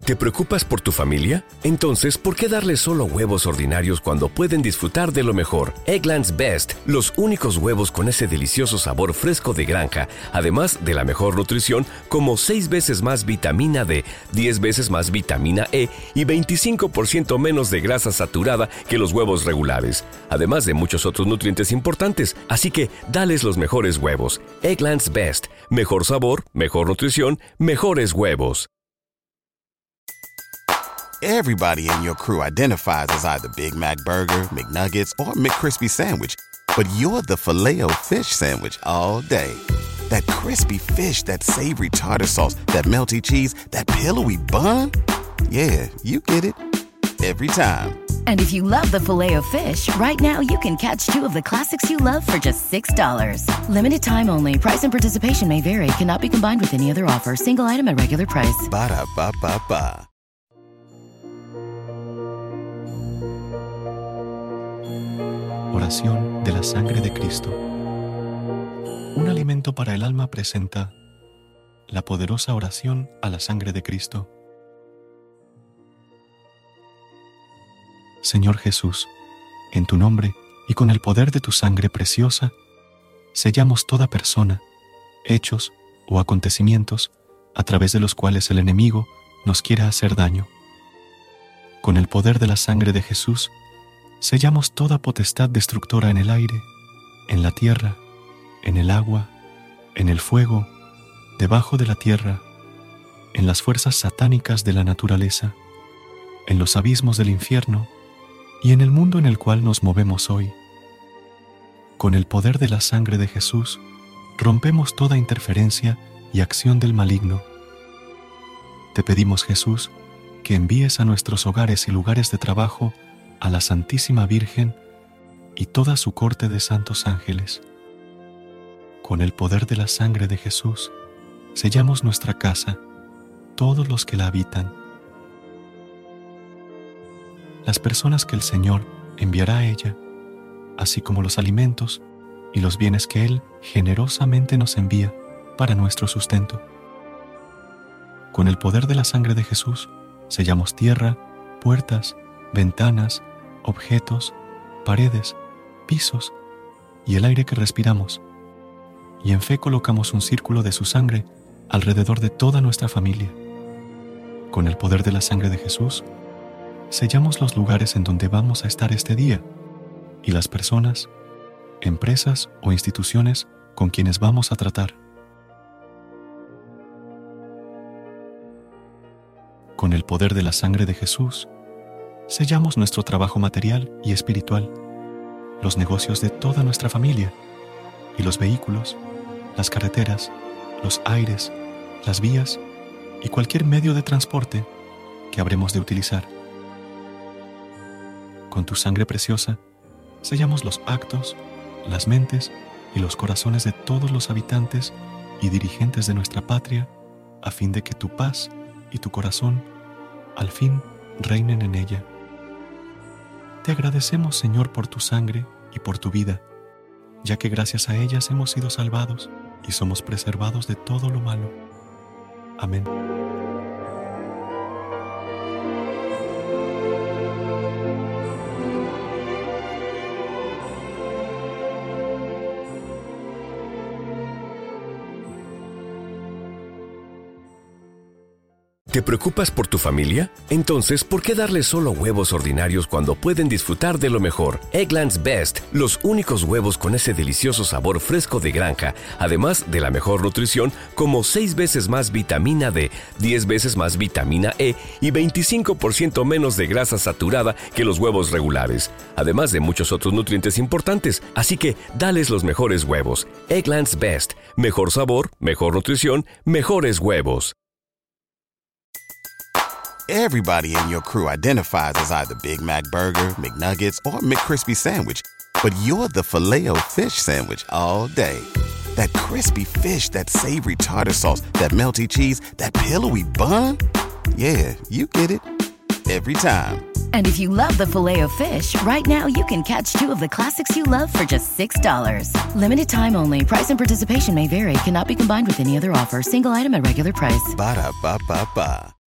¿Te preocupas por tu familia? Entonces, ¿por qué darles solo huevos ordinarios cuando pueden disfrutar de lo mejor? Eggland's Best, los únicos huevos con ese delicioso sabor fresco de granja, además de la mejor nutrición, como 6 veces más vitamina D, 10 veces más vitamina E y 25% menos de grasa saturada que los huevos regulares, además de muchos otros nutrientes importantes. Así que, dales los mejores huevos. Eggland's Best, mejor sabor, mejor nutrición, mejores huevos. Everybody in your crew identifies as either Big Mac Burger, McNuggets, or McCrispy Sandwich. But you're the Filet-O-Fish Sandwich all day. That crispy fish, that savory tartar sauce, that melty cheese, that pillowy bun. Yeah, you get it. Every time. And if you love the Filet-O-Fish, right now you can catch 2 of the classics you love for just $6. Limited time only. Price and participation may vary. Cannot be combined with any other offer. Single item at regular price. Ba-da-ba-ba-ba. Oración de la sangre de Cristo. Un alimento para el alma presenta la poderosa oración a la sangre de Cristo. Señor Jesús, en tu nombre y con el poder de tu sangre preciosa, sellamos toda persona, hechos o acontecimientos a través de los cuales el enemigo nos quiera hacer daño. Con el poder de la sangre de Jesús, sellamos toda potestad destructora en el aire, en la tierra, en el agua, en el fuego, debajo de la tierra, en las fuerzas satánicas de la naturaleza, en los abismos del infierno y en el mundo en el cual nos movemos hoy. Con el poder de la sangre de Jesús, rompemos toda interferencia y acción del maligno. Te pedimos, Jesús, que envíes a nuestros hogares y lugares de trabajo a la Santísima Virgen y toda su corte de santos ángeles. Con el poder de la sangre de Jesús, sellamos nuestra casa, todos los que la habitan. Las personas que el Señor enviará a ella, así como los alimentos y los bienes que Él generosamente nos envía para nuestro sustento. Con el poder de la sangre de Jesús, sellamos tierra, puertas, ventanas, objetos, paredes, pisos y el aire que respiramos. Y en fe colocamos un círculo de su sangre alrededor de toda nuestra familia. Con el poder de la sangre de Jesús, sellamos los lugares en donde vamos a estar este día y las personas, empresas o instituciones con quienes vamos a tratar. Con el poder de la sangre de Jesús, sellamos nuestro trabajo material y espiritual, los negocios de toda nuestra familia y los vehículos, las carreteras, los aires, las vías y cualquier medio de transporte que habremos de utilizar. Con tu sangre preciosa, sellamos los actos, las mentes y los corazones de todos los habitantes y dirigentes de nuestra patria, a fin de que tu paz y tu corazón, al fin, reinen en ella. Te agradecemos, Señor, por tu sangre y por tu vida, ya que gracias a ellas hemos sido salvados y somos preservados de todo lo malo. Amén. ¿Te preocupas por tu familia? Entonces, ¿por qué darles solo huevos ordinarios cuando pueden disfrutar de lo mejor? Eggland's Best, los únicos huevos con ese delicioso sabor fresco de granja, además de la mejor nutrición, como 6 veces más vitamina D, 10 veces más vitamina E y 25% menos de grasa saturada que los huevos regulares, además de muchos otros nutrientes importantes. Así que, dales los mejores huevos. Eggland's Best, mejor sabor, mejor nutrición, mejores huevos. Everybody in your crew identifies as either Big Mac Burger, McNuggets, or McCrispy Sandwich. But you're the Filet-O-Fish Sandwich all day. That crispy fish, that savory tartar sauce, that melty cheese, that pillowy bun. Yeah, you get it. Every time. And if you love the Filet-O-Fish, right now you can catch 2 of the classics you love for just $6. Limited time only. Price and participation may vary. Cannot be combined with any other offer. Single item at regular price. Ba-da-ba-ba-ba.